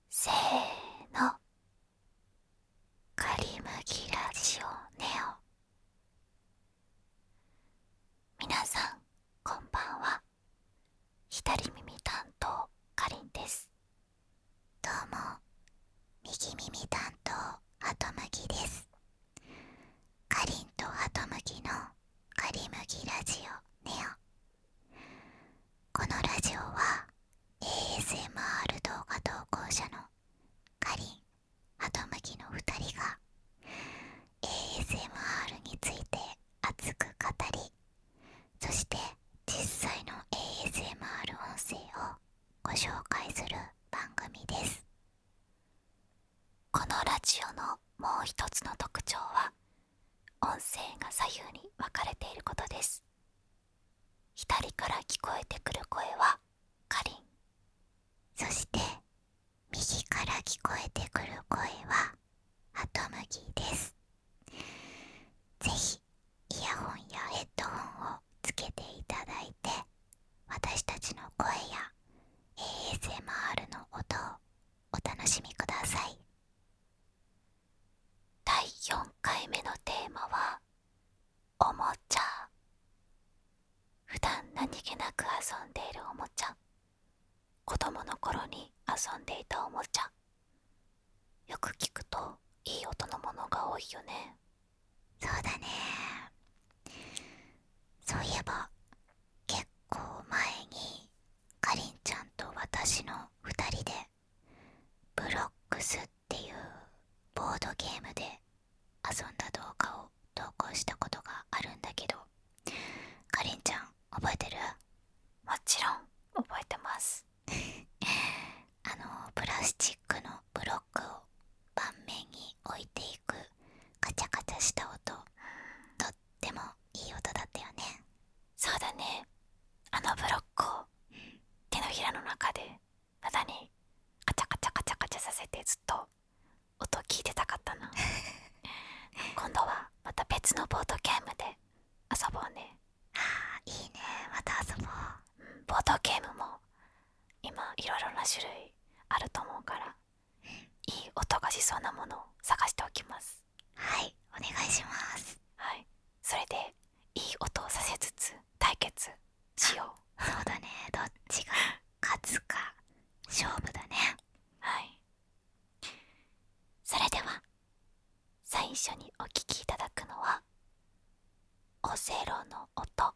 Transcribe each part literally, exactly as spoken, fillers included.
せーの、カリムギラジオネオ。皆さんこんばんは。左耳担当かりんです。どうも、右耳担当ハトムギです。かりんとハトムギのカリムギラジオネオ。このラジオは エーエスエムアール 動画投稿者のかりん、ハトムギのふたりが エーエスエムアール について熱く語り、そして実際の エーエスエムアール 音声をご紹介する番組です。このラジオのもう一つの特徴は、音声が左右に分かれていることです。左から聞こえてくる声はかりん、そして右から聞こえてくる声はハトムギです。ぜひイヤホンやヘッドホンをつけていただいて、私たちの声や エーエスエムアール の音をお楽しみください。だいよんかいめのテーマはおもちゃ。普段何気なく遊んでいるおもちゃ、子供の頃に遊んでいたおもちゃ、よく聞くといい音のものが多いよね。そうだね。そういえば結構前にかりんちゃんと私のふたりでブロックスっていうボードゲームで遊んだ動画を投稿したことがあるんだけど、かりんちゃん覚えてる？もちろん覚えてますあのプラスチックのブロックを盤面に置いていくカチャカチャした音、とってもいい音だったよね。そうだね。あのブロックを手のひらの中でただにカチャカチャカチャカチャさせてずっと音聞いてたかったな今度はまた別のボードゲームで遊ぼうね。ああ、いいね。また遊ぼう。うん、ボードゲームも今いろいろな種類あると思うから、いい音がしそうなものを探しておきます。はい、お願いします。はい、それでいい音をさせつつ対決しよう。そうだね。どっちが勝つか勝負だね。はい、それでは最初にお聴きいただくのはオセロの音。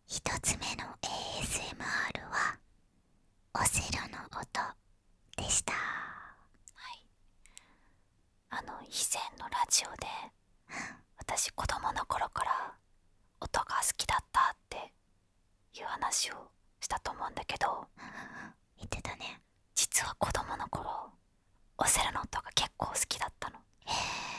一つ目の エーエスエムアール はオセロの音でした。 はい。あの以前のラジオで私子供の頃から音が好きだったっていう話をしたと思うんだけど、 言ってたね。 実は子供の頃オセロの音が結構好きだったの。 へえ。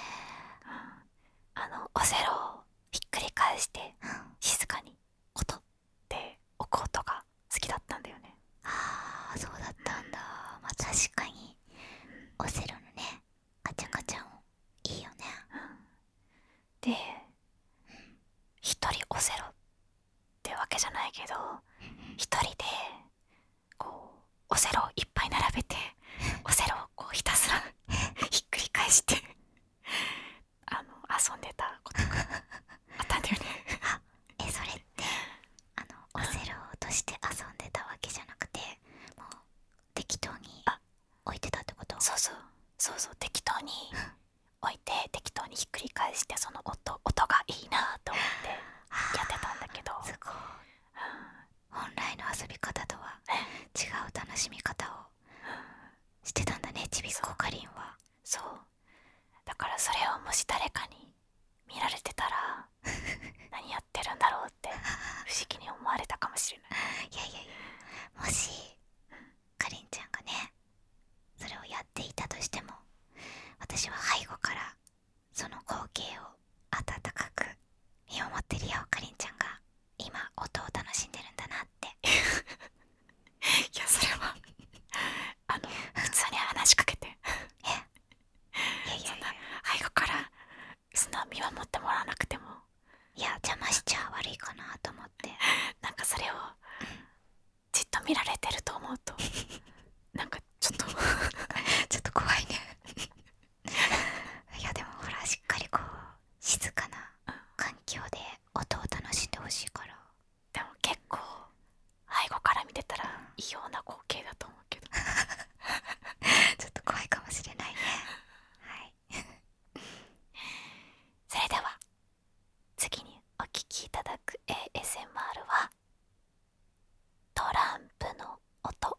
あのオセロをひっくり返して静かに音って置く音が好きだったんだよね。 ああ、そうだったんだ。まあ確かにオセロのね、ガチャガチャ音いいよね。 で、一人オセロってわけじゃないけど、一人でこうオセロをいっぱい並べてオセロをこうひたすらひっくり返してあの遊んでたことがあったんだよね。 あ、え、それってあのオセロとして遊んでたわけじゃなくて、もう適当にあ、 置いてたってこと？ そうそうそうそう、適当に置いて適当にひっくり返して、その音音がいいなと思ってやってたんだけど、 すごい。 うん、 本来の遊び方とはね、 違う楽しみ方をしてたんだね、ちびっこかりんは。 そうだから、それをもし誰かに見られてたら何やってるんだろうって不思議に思われたかもしれない。 いやいやいや、もしかりんちゃんがねそれをやっていたとしても、私は背後からその光景を温かく見守ってるよ。かりんちゃんが今音を楽しんでるんだなって。 いや、それはあの普通に話しかけてえ、いやいやいや、 背後からそんな見守ってもらわなくても、 いや邪魔しちゃ悪いかなと思って。 なんかそれをじっと見られてると思うとなんかちょっとちょっと怖いね。いやでもほら、しっかりこう静かな環境で音を楽しんでほしいから。 でも結構背後から見てたら異様な光景だと思うけどちょっと怖いかもしれないね。はい。 それでは次にお聴きいただく エーエスエムアール はトランプの音。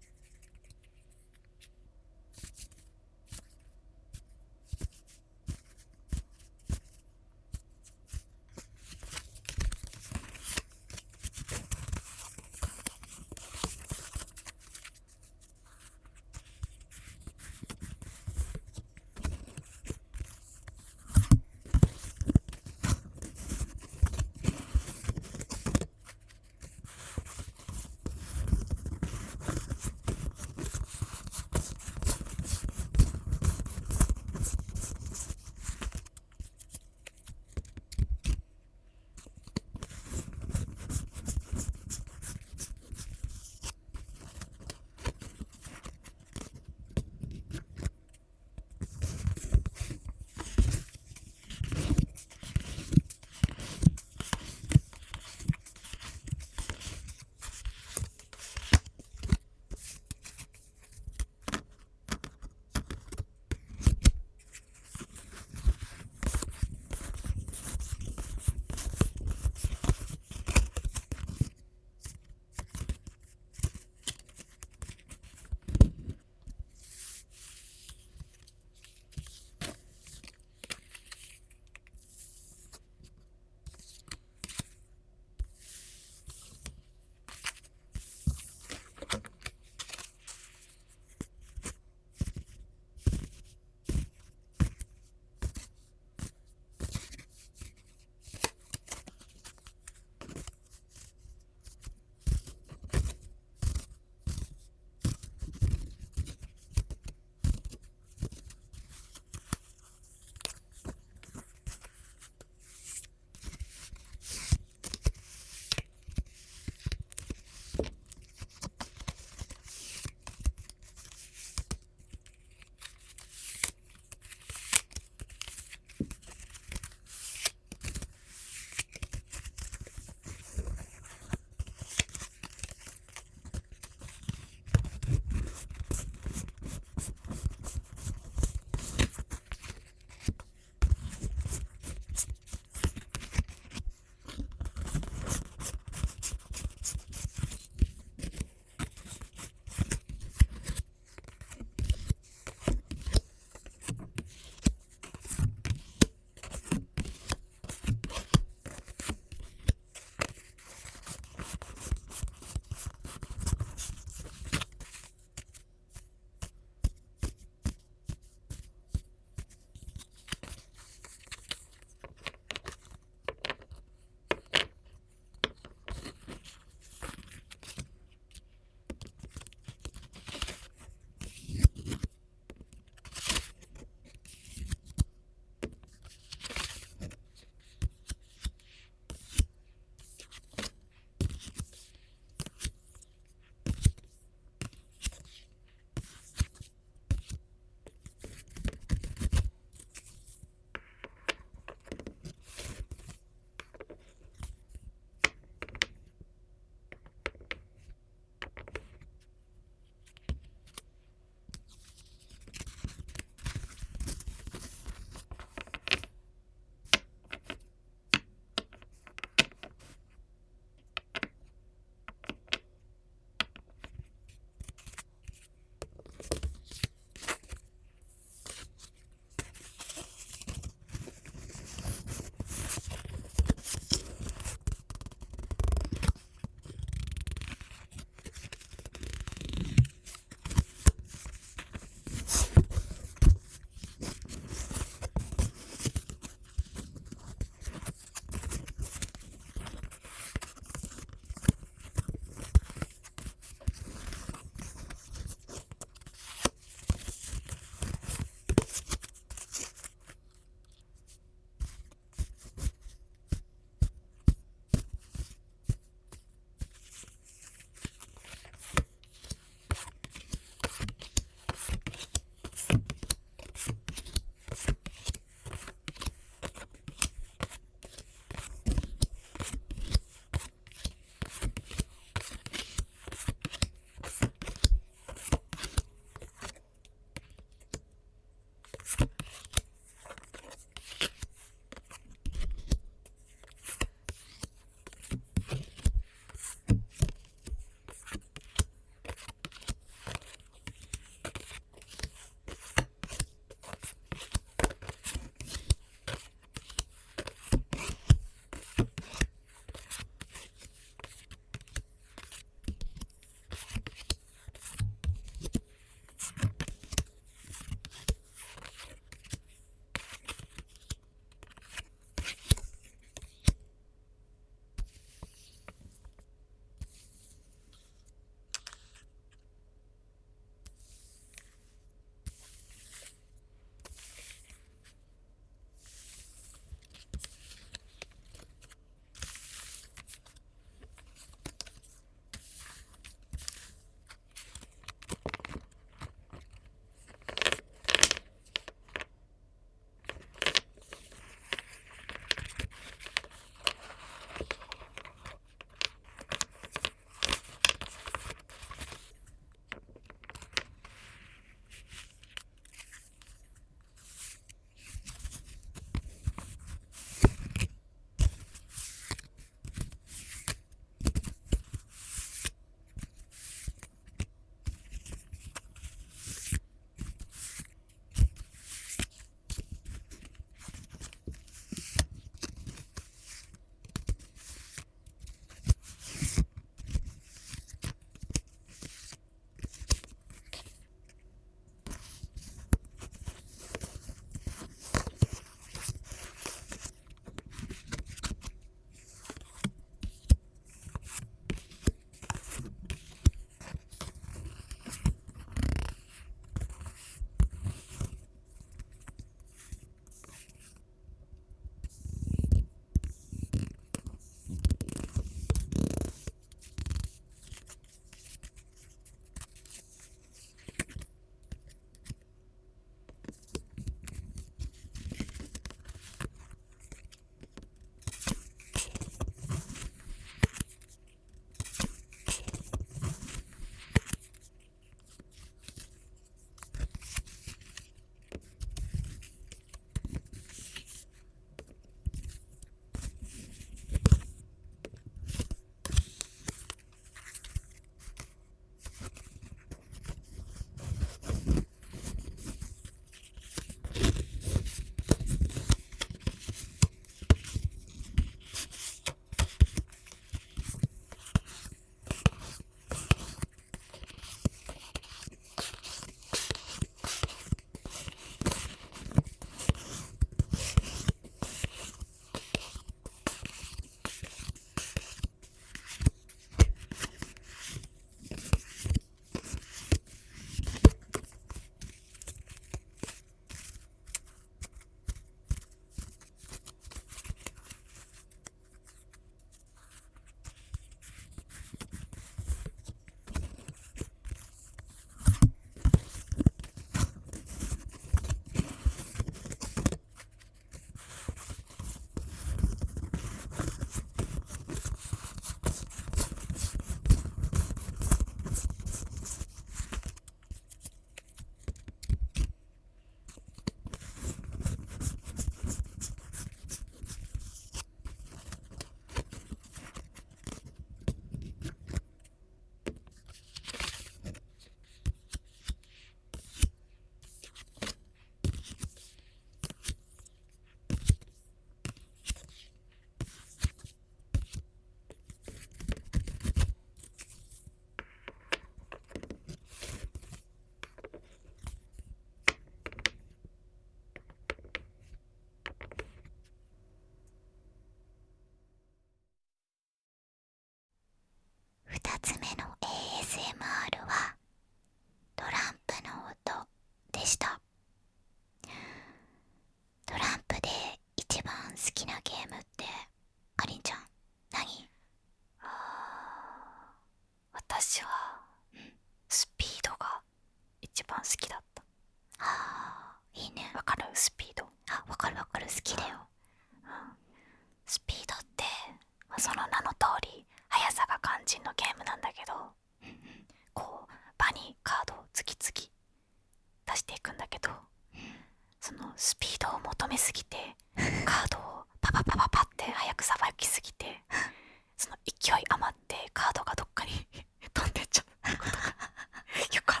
番好きだった。 あー、いいね。 わかる？スピード。 あ、わかるわかる、好きだよ。 うん、スピードって、まあ、その名の通り速さが肝心のゲームなんだけど、こう場にカードを次々出していくんだけど、そのスピードを求めすぎてカードをパパパパパって早くさばきすぎて、その勢い余ってカードがどっかに飛んでっちゃうことがよかった。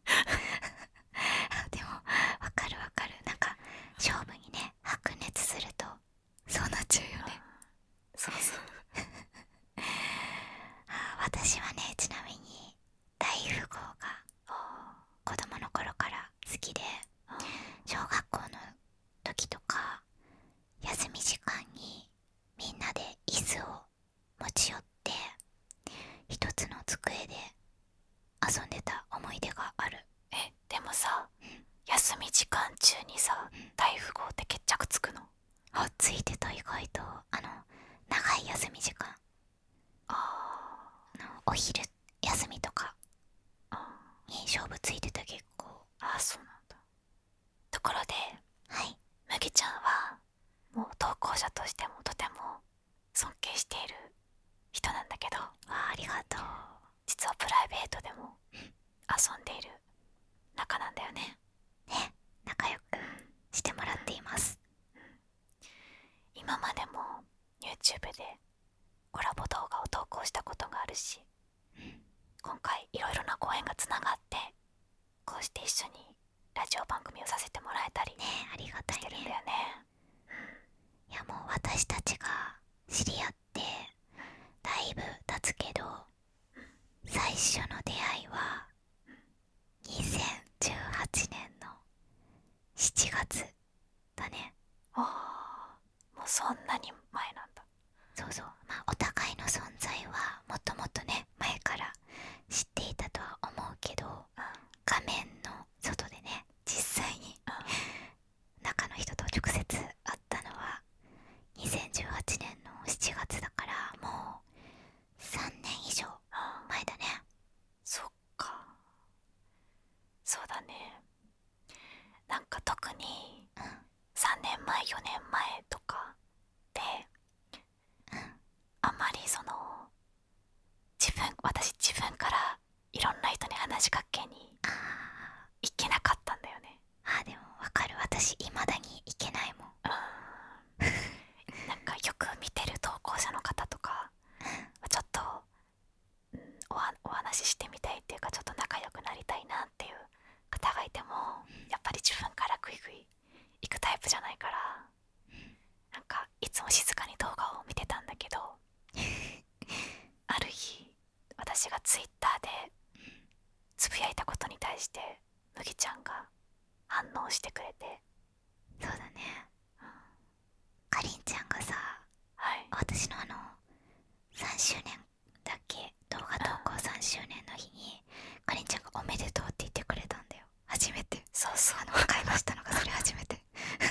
でもわかるわかる。なんか勝負にね白熱するとそうなっちゃうよね。 そうそう。 あ、私はね、ちなみに大富豪が子供の頃から好きで、小学校の時とか休み時間にみんなで椅子を持ち寄って一つの机で遊んでた思い出がある。 え、でもさ、うん、休み時間中にさ、うん、大富豪って決着つくの？ あ、ついてた。意外とあの長い休み時間、 ああのお昼休みとかに勝負ついてた。結構。 ああ、そうなんだ。ところで、 はい、 麦ちゃんはもう投稿者としてもとても尊敬している人なんだけど、 わあ、ありがとう。 実はプライベートでも遊んでいる仲なんだよね。 ね、仲良くしてもらっています。 うん、今までも YouTube でコラボ動画を投稿したことがあるし、うん、今回いろいろなご縁がつながってこうして一緒にラジオ番組をさせてもらえたりね、ありがたいね。 してるんだよね。 いや、もう私たちが知り合ってだいぶ経つけど、最初の出会いはにせんじゅうはちねんのしちがつだね。 ああ、もうそんなに前なんだ。 そうそう。まあお互いの存在はもともとね前から知っていたとは思うけど、うん、画面の外でね実際に、うん、中の人と直接会ったのはにせんじゅうはちねんのしちがつだから、もうさんねん以上前だね。 そっか、そうだね。なんか特にさんねんまえよねんまえとかで、うん、あんまりその自分私自分からいろんな人に話しかけに行けなかったんだよね。 あー、でもわかる。私未だに行けないもん。 なんかよく見てる投稿者の方とか、ちょっと、うん、おは、お話ししてみたいっていうか、ちょっと仲良くなりたいなっていう方がいても、やっぱり自分からグイグイ行くタイプじゃないから、なんかいつも静かに動画を見てたんだけどある日私がツイッターでつぶやいたことに対して麦ちゃんが反応してくれて。 そうだね、うん、かりんちゃんがさ、 はい、 私のあのさんしゅうねんだっけ、動画投稿さんしゅうねんの日に、うん、かりんちゃんがおめでとうって言ってくれたんだよ。初めて。 そうそう、 あの会話したのがそれ初めて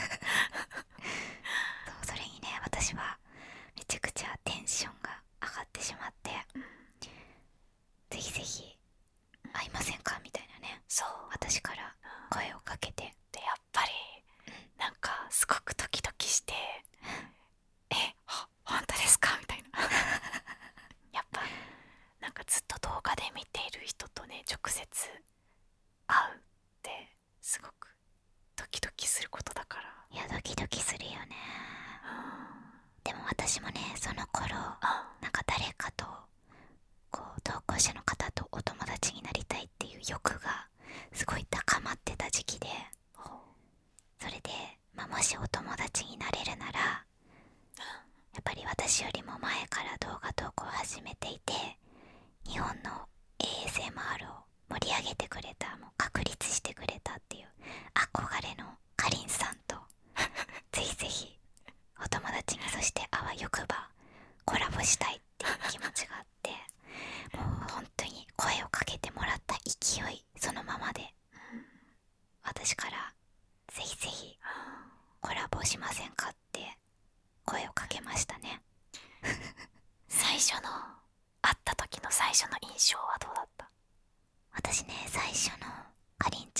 そう、それにね私はめちゃくちゃテンションが上がってしまって、うん、ぜひぜひ会いませんかみたいなね、 そう私から声をかけて、 でやっぱり、うん、なんかすごくドキドキして、うん、え、ほ、本当ですかみたいなやっぱなんかずっと動画で見ている人とね直接会うってすごくドキドキすることだから。 いや、ドキドキするよね、うん、でも私もねその頃、うん、なんか誰かとこう投稿者の方とお友達になりたいっていう欲がすごい高まってた時期で、それで、まあ、もしお友達になれるならやっぱり私よりも前から動画投稿を始めていて、日本の エーエスエムアール を盛り上げてくれた、もう確立してくれたっていう憧れのかりんさんとぜひぜひお友達に、そしてあわよくばコラボしたいっていう気持ちがあって、もう本当に声をかけてもらった勢いそのままで、私からぜひぜひコラボしませんかって声をかけましたね最初の会った時の最初の印象はどうだった？ 私ね、最初のかりん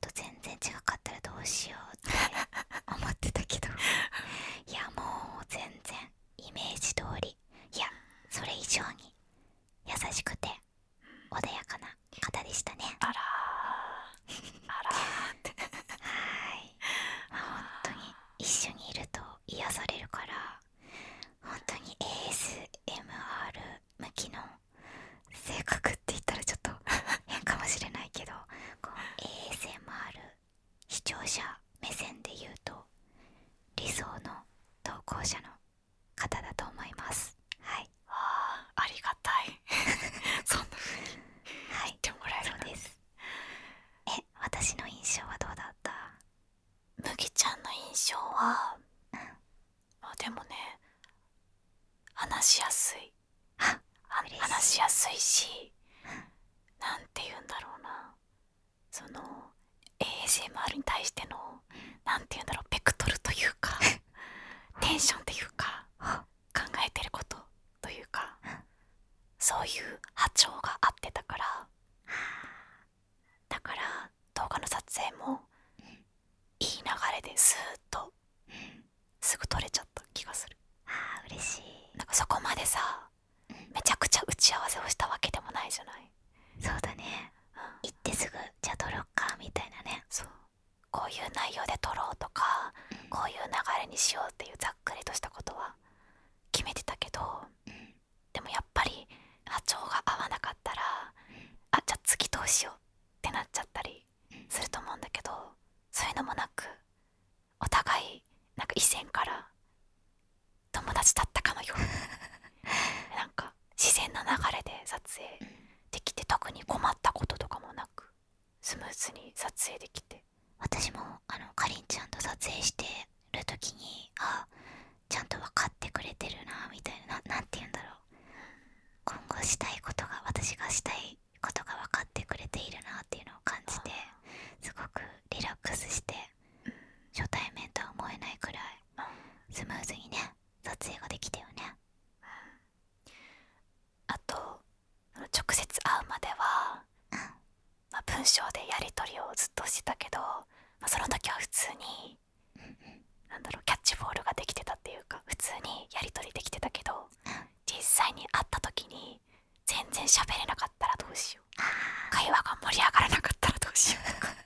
と全然違かったらどうしようって思ってたけどいやもう全然イメージ通り、いやそれ以上に優しくて穏やかな方でしたね。 あらーあらーってはい、まあ、本当に一緒にいると癒されるから、本当に エーエスエムアール 向きの性格って言ったらちょっと変かもしれないけど、こう エーエスエムアール 視聴者目線で言うと理想の投稿者の方だと思います。はい、 あーありがたいそんな風にはい、 言ってもらえるそうです。え、私の印象はどうだった？ 麦ちゃんの印象は、あでもね、話しやすい、 あ、 は嬉しい。 話しやすいし、なんて言うんだろうな、その エーエスエムアール に対してのなんて言うんだろう、ベクトルというかテンションというか考えてることというか、そういう波長が合ってたから、だから動画の撮影もいい流れでスーッとすぐ撮れちゃった気がする。 あー嬉しい。 なんかそこまでさ、めちゃくちゃ打ち合わせをしたわけでもないじゃない。 そうだね、 うん、 行ってすぐじゃあ撮ろっかみたいなね。 そう、こういう内容で撮ろうとか、こういう流れにしようっていうざっくりとしたことは決めてたけど、でもやっぱり波長が合わなかったら、あ、じゃあ次どうしようってなっちゃったりすると思うんだけど、そういうのもなく、お互いなんか以前から友達だったかのようになんか自然な流れで撮影できて、特に困ったこととかもなくスムーズに撮影できて。 私もあのかりんちゃんと撮影してる時に、あ、ちゃんと分かってくれてるなみたいな、な、なんて言うんだろう、今後したいことが、私がしたいことが分かってくれているなっていうのを感じて、すごくリラックスして初対面とは思えないくらいスムーズにね撮影ができたよね。 あと直接会うまでは、まあ、文章でやり取りをずっとしてたけど、まあ、その時は普通になんだろう、キャッチボールができてたっていうか、普通にやり取りできてたけど、実際に会った時に全然喋れなかったらどうしよう、会話が盛り上がらなかったらどうしようとかちょっ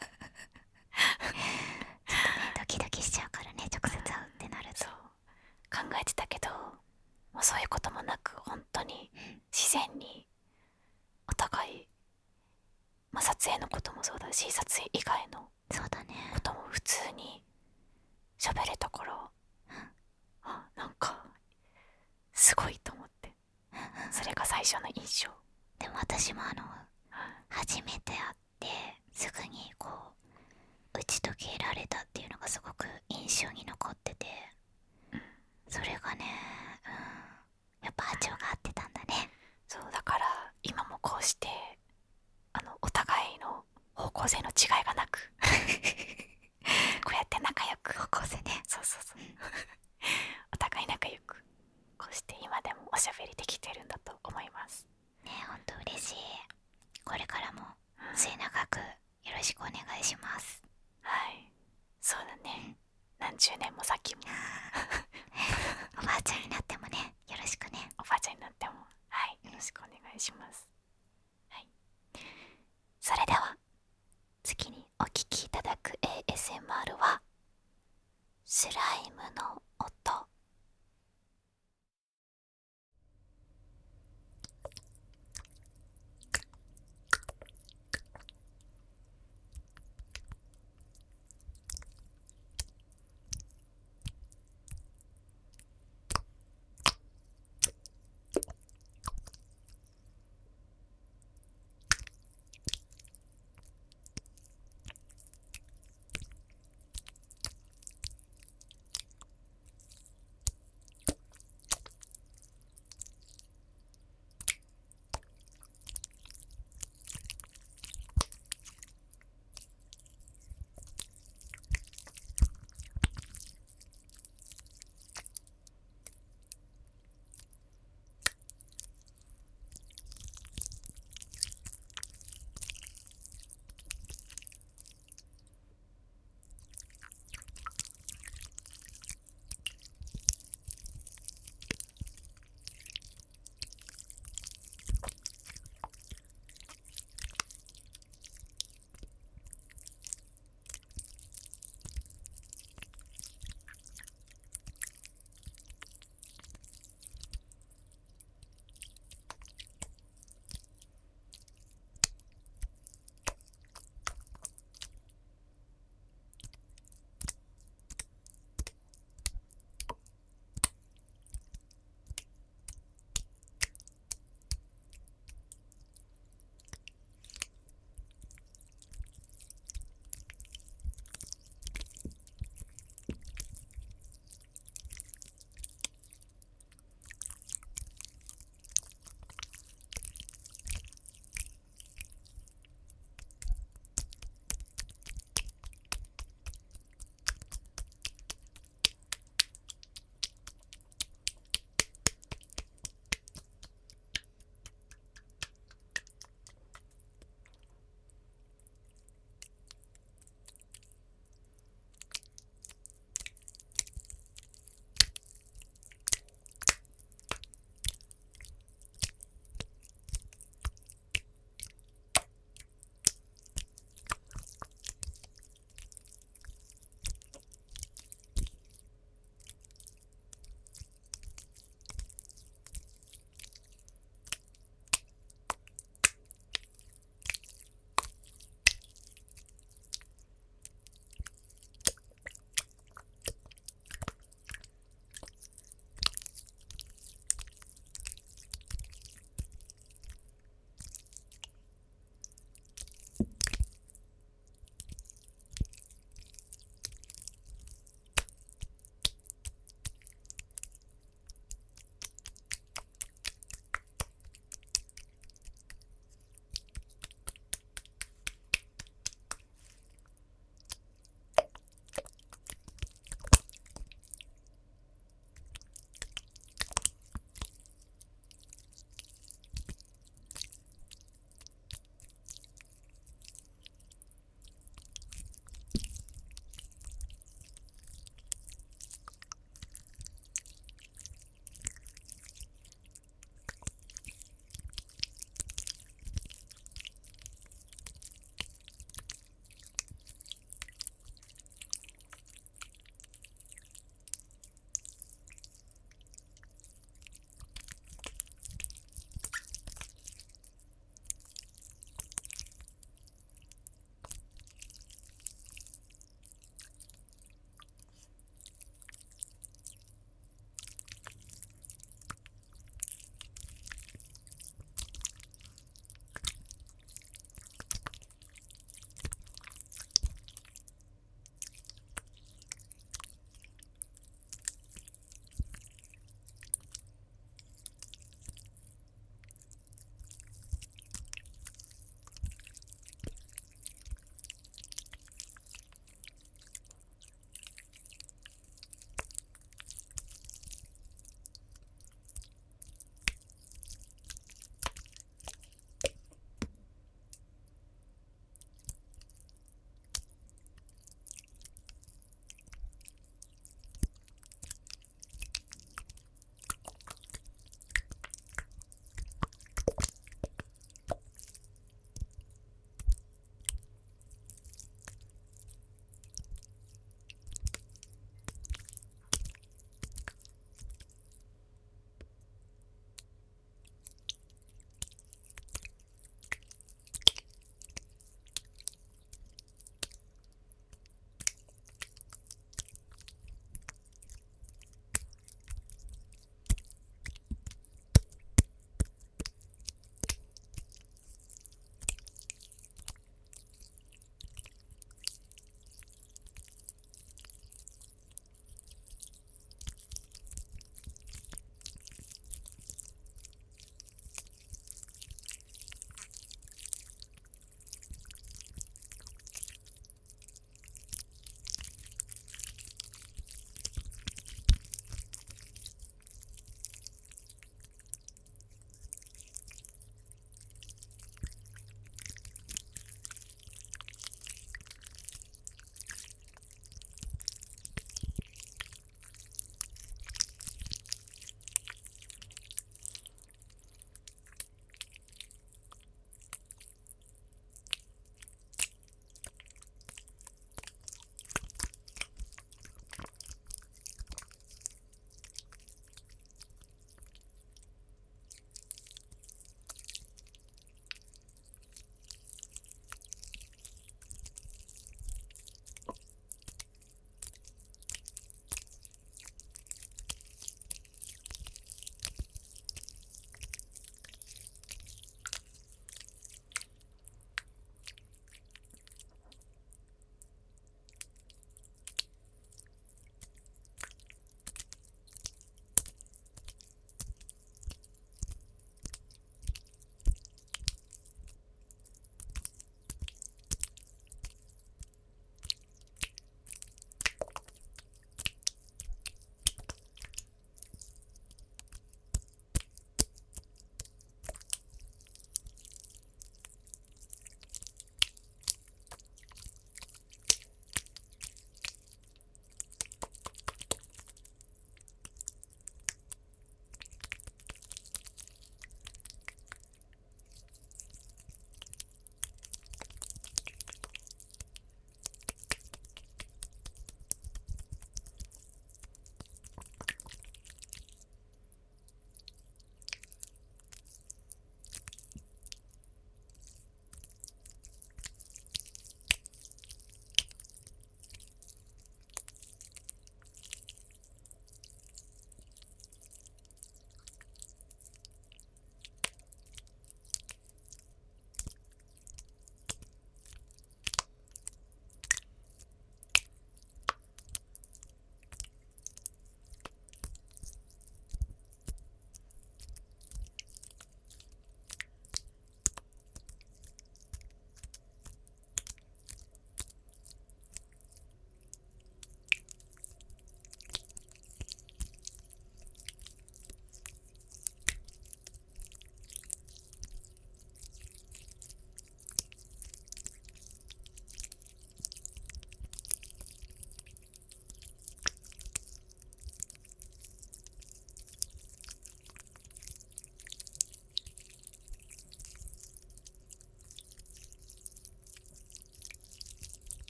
とねドキドキしちゃうからね、直接会うってなると。 そう考えてたけど、もうそういうこともなく、本当に自然にお互い、まあ、撮影のこともそうだし、撮影以外のそうだね、 ことも普通に喋れたから、あ、なんかすごいと思って、それが最初の印象。 でも私もあの初めて会ってすぐにこう打ち解けられたっていうのがすごく印象に残ってて、それがね、うん、やっぱ波長が合ってたんだね。 そうだから今もこうしてあのお互いの方向性の違いがなくこうやって仲良く、 方向性ね、 そうそうそう、お互い仲良くこうして今でもおしゃべりできてるんだと思いますね。ほんと嬉しい。これからも末永くよろしくお願いします。 はい、そうだね、何十年も先もおばあちゃんになってもね、よろしくね。 おばあちゃんになっても、はい、よろしくお願いします。はい、それでは次にお聴きいただく エーエスエムアール はスライムの音。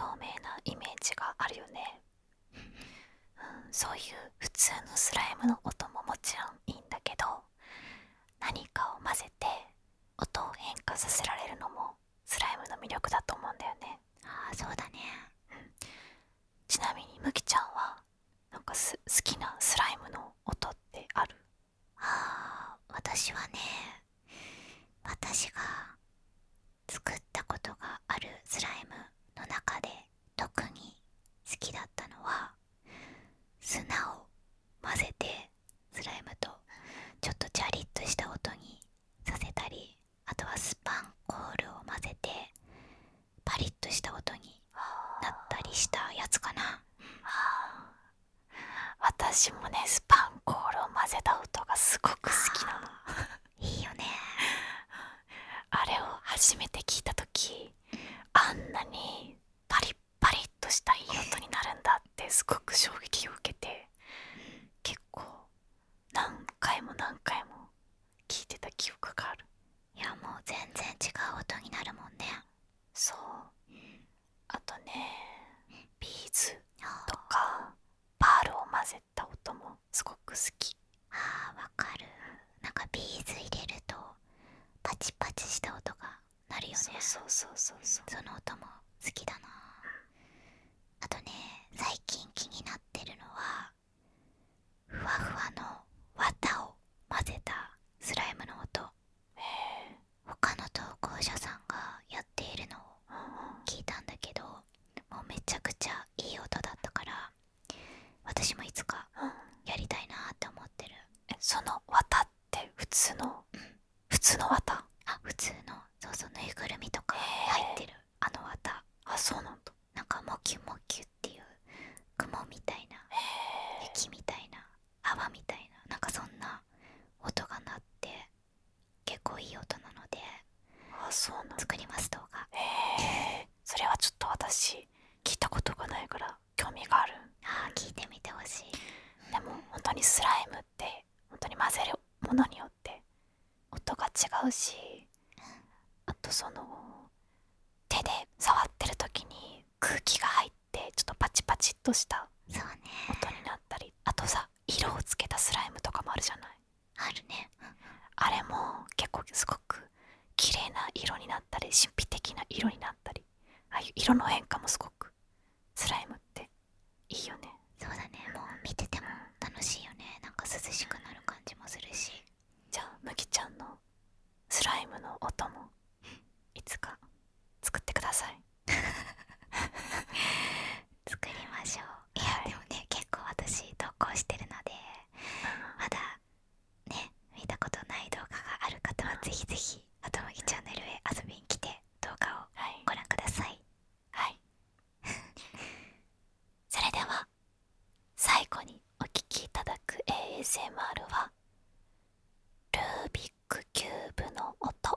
透明なイメージがあるよね。うん、そういう普通のスライムの音ももちろんいいんだけど、何かを混ぜて音を変化させられるのもスライムの魅力だと思うんだよね。 ああ、そうだね。 ちなみにむきちゃんはなんかす好きなスライムの音ってある？ ああ、私はね、私が作ったことがあるスライムの中で特に好きだったのは、砂を混ぜてスライムとちょっとジャリッとした音にさせたり、あとはスパンコールを混ぜてパリッとした音になったりしたやつかな。 私もね、スパンコールを混ぜた音がすごく好きなの。 いいよね。 あれを初めて聞いた時、あんなにパリッパリッとしたいい音になるんだってすごく衝撃を受けて、結構何回も何回も聞いてた記憶がある。 いや、もう全然違う音になるもんね。 そう、あとね、ビーズあとかパールを混ぜた音もすごく好き。 あ、わかる。なんかビーズ入れるとパチパチした音がなるよね。 そうそうそうそうそう。 その音も好きだな。あとね、最近気になってるのは、ふわふわの綿を混ぜたスライムの音。他の投稿者さんがやっているのを聞いたんだけど、もうめちゃくちゃいい音だったから、私もいつかやりたいなって思ってる。 え、その綿って普通の、うん、普通の綿？ あ、普通の、そうそう、ぬいぐるみとか入ってるあの綿。 あ、そうなんだ。 なんかモキュモキュっていう雲みたいな、雪みたいな、泡みたいな、なんかそんな音が鳴って結構いい音なので、 あ、そうなんだ。 作ります、動画。 へえ、それはちょっと私聞いたことがないから興味がある。 ああ、聞いてみてほしい。 でも本当にスライムって本当に混ぜるものによって音が違うし、あとその手で触ってる時に空気が入ってちょっとパチパチっとしたそうね。 音になったり、あとさ、色をつけたスライムとかもあるじゃない。 あるね。 あれも結構すごく綺麗な色になったり神秘的な色になったり、ああいう色の変化もすごくスライムっていいよね。 そうだね。もう見てても楽しいよね。なんか涼しくなる感じもするし。 じゃあむきちゃんのスライムの音もいつか作ってください。 作りましょう。いや、はい、でもね、結構私投稿してるので、まだね、見たことない動画がある方はぜひぜひあとむぎチャンネルへ遊びに来て動画をご覧ください。 はい、はい、それでは最後にお聴きいただく エーエスエムアール はルービックキューブの音。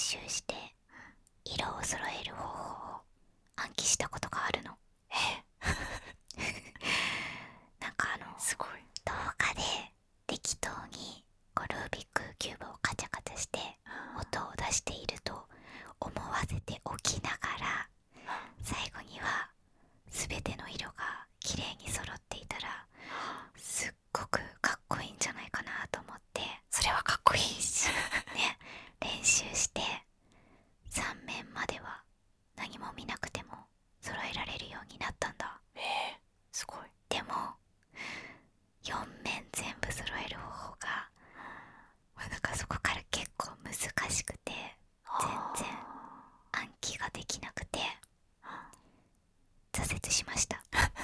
習して色を揃える方法を暗記したことがあるの。 えなんかあのすごい。 動画で適当にこうルービックキューブをカチャカチャして音を出していると思わせておきながら、最後には全ての色が綺麗に揃っていたらすっごくかっこいいんじゃないかなと思って、 それはかっこいいね、練習してさん面までは何も見なくても揃えられるようになったんだ。 えー、すごい。 でもよん面全部揃える方法が、まあ、なんかそこから結構難しくて全然暗記ができなくて挫折しました。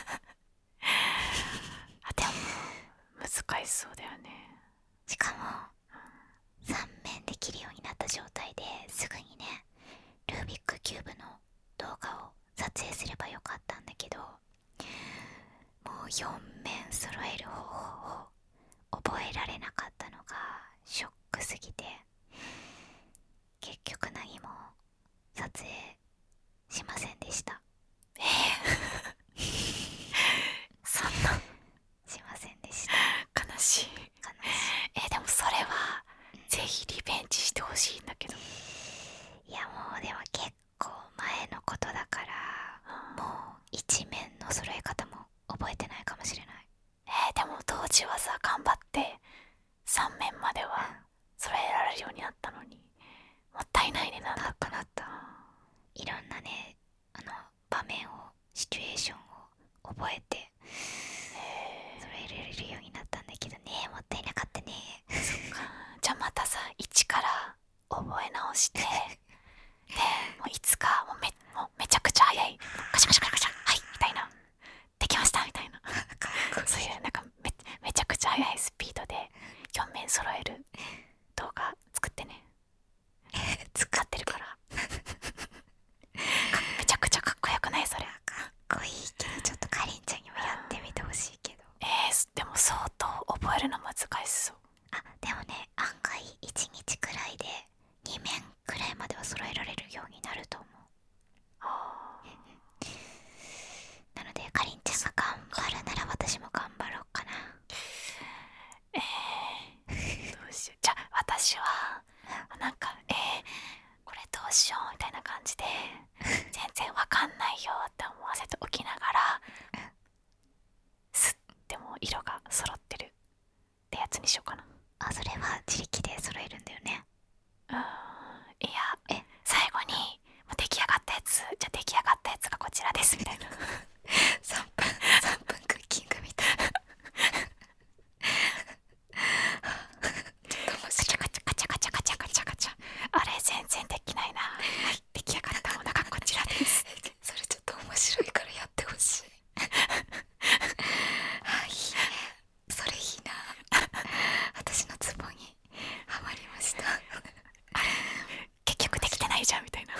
あ、でも難しそうだよね。 しかもさん面できるようになった状態ですぐにね、ルービックキューブの動画を撮影すればよかったんだけど、もうよん面揃える方法を覚えられなかったのがショックすぎて、結局何も撮影しませんでした。 えー、そんなしませんでした。 悲しい。 悲しい。 えー、でもそれはぜひリベンジしてほしいんだけど。 いやもうでも結構前のことだからもう一面の揃え方も覚えてないかもしれない。 えー、でも当時はさ頑張ってさん面までは揃えられるようになったのに、もったいないね。なんだなったなった。いろんなね、あの場面をシチュエーションを覚えて揃えられるようになったんだけどね、もったいなかったね。 そっか。じゃあまたさ一から覚え直してでもういつかもう め, もうめちゃくちゃ早いカシャカシャカシャカシャはいみたいな、できましたみたいなそういうなんか め, めちゃくちゃ速いスピードでよん面揃える動画作ってね。使ってるからめちゃくちゃかっこよくないそれ。 かっこいいけどちょっとかりんちゃんにもやってみてほしいけど。 えー、でも相当覚えるの難しそう。 あ、でもね、案外いちにちくらいでに面くらいまでは揃えられるようになると思う。 あなのでかりんちゃんが頑張るなら私も頑張ろうかな。 えー、どうしよう。じゃあ私はなんかえー、これどうしようみたいな感じで全然わかんないよって思わせておきながらスッても色が揃ってるってやつにしようかな。 あ、それは自力で揃えるんだよね。 うーん、いやえ最後にもう出来上がったやつ、じゃあ出来上がったやつがこちらですみたいなさんぷんさんぷんクッキングみたいな。ちょっと面白い。 カチャカチャカチャカチャカチャカチャ、あれ全然できないな。はい出来上がったものがこちらですそれちょっと面白いからやってほしい。あ、いいね、それいいな。私のツボにハマりました。 結局できてないじゃんみたいなぜ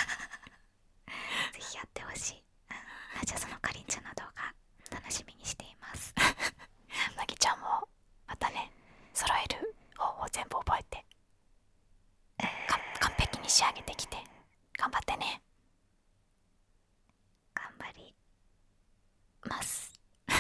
ひやってほしい。あ、じゃあそのかりんちゃんの動画楽しみにしています。 なぎちゃんもまたね揃える方法全部覚えてか完璧に仕上げてきて頑張ってね。 頑張ります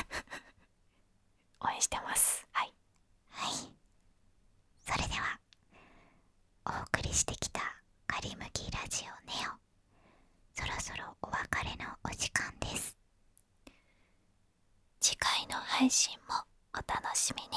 応援してます。はい、 はい。それではお送りしてきたかりむきラジオネオ、そろそろお別れのお時間です。 次回の配信もお楽しみに。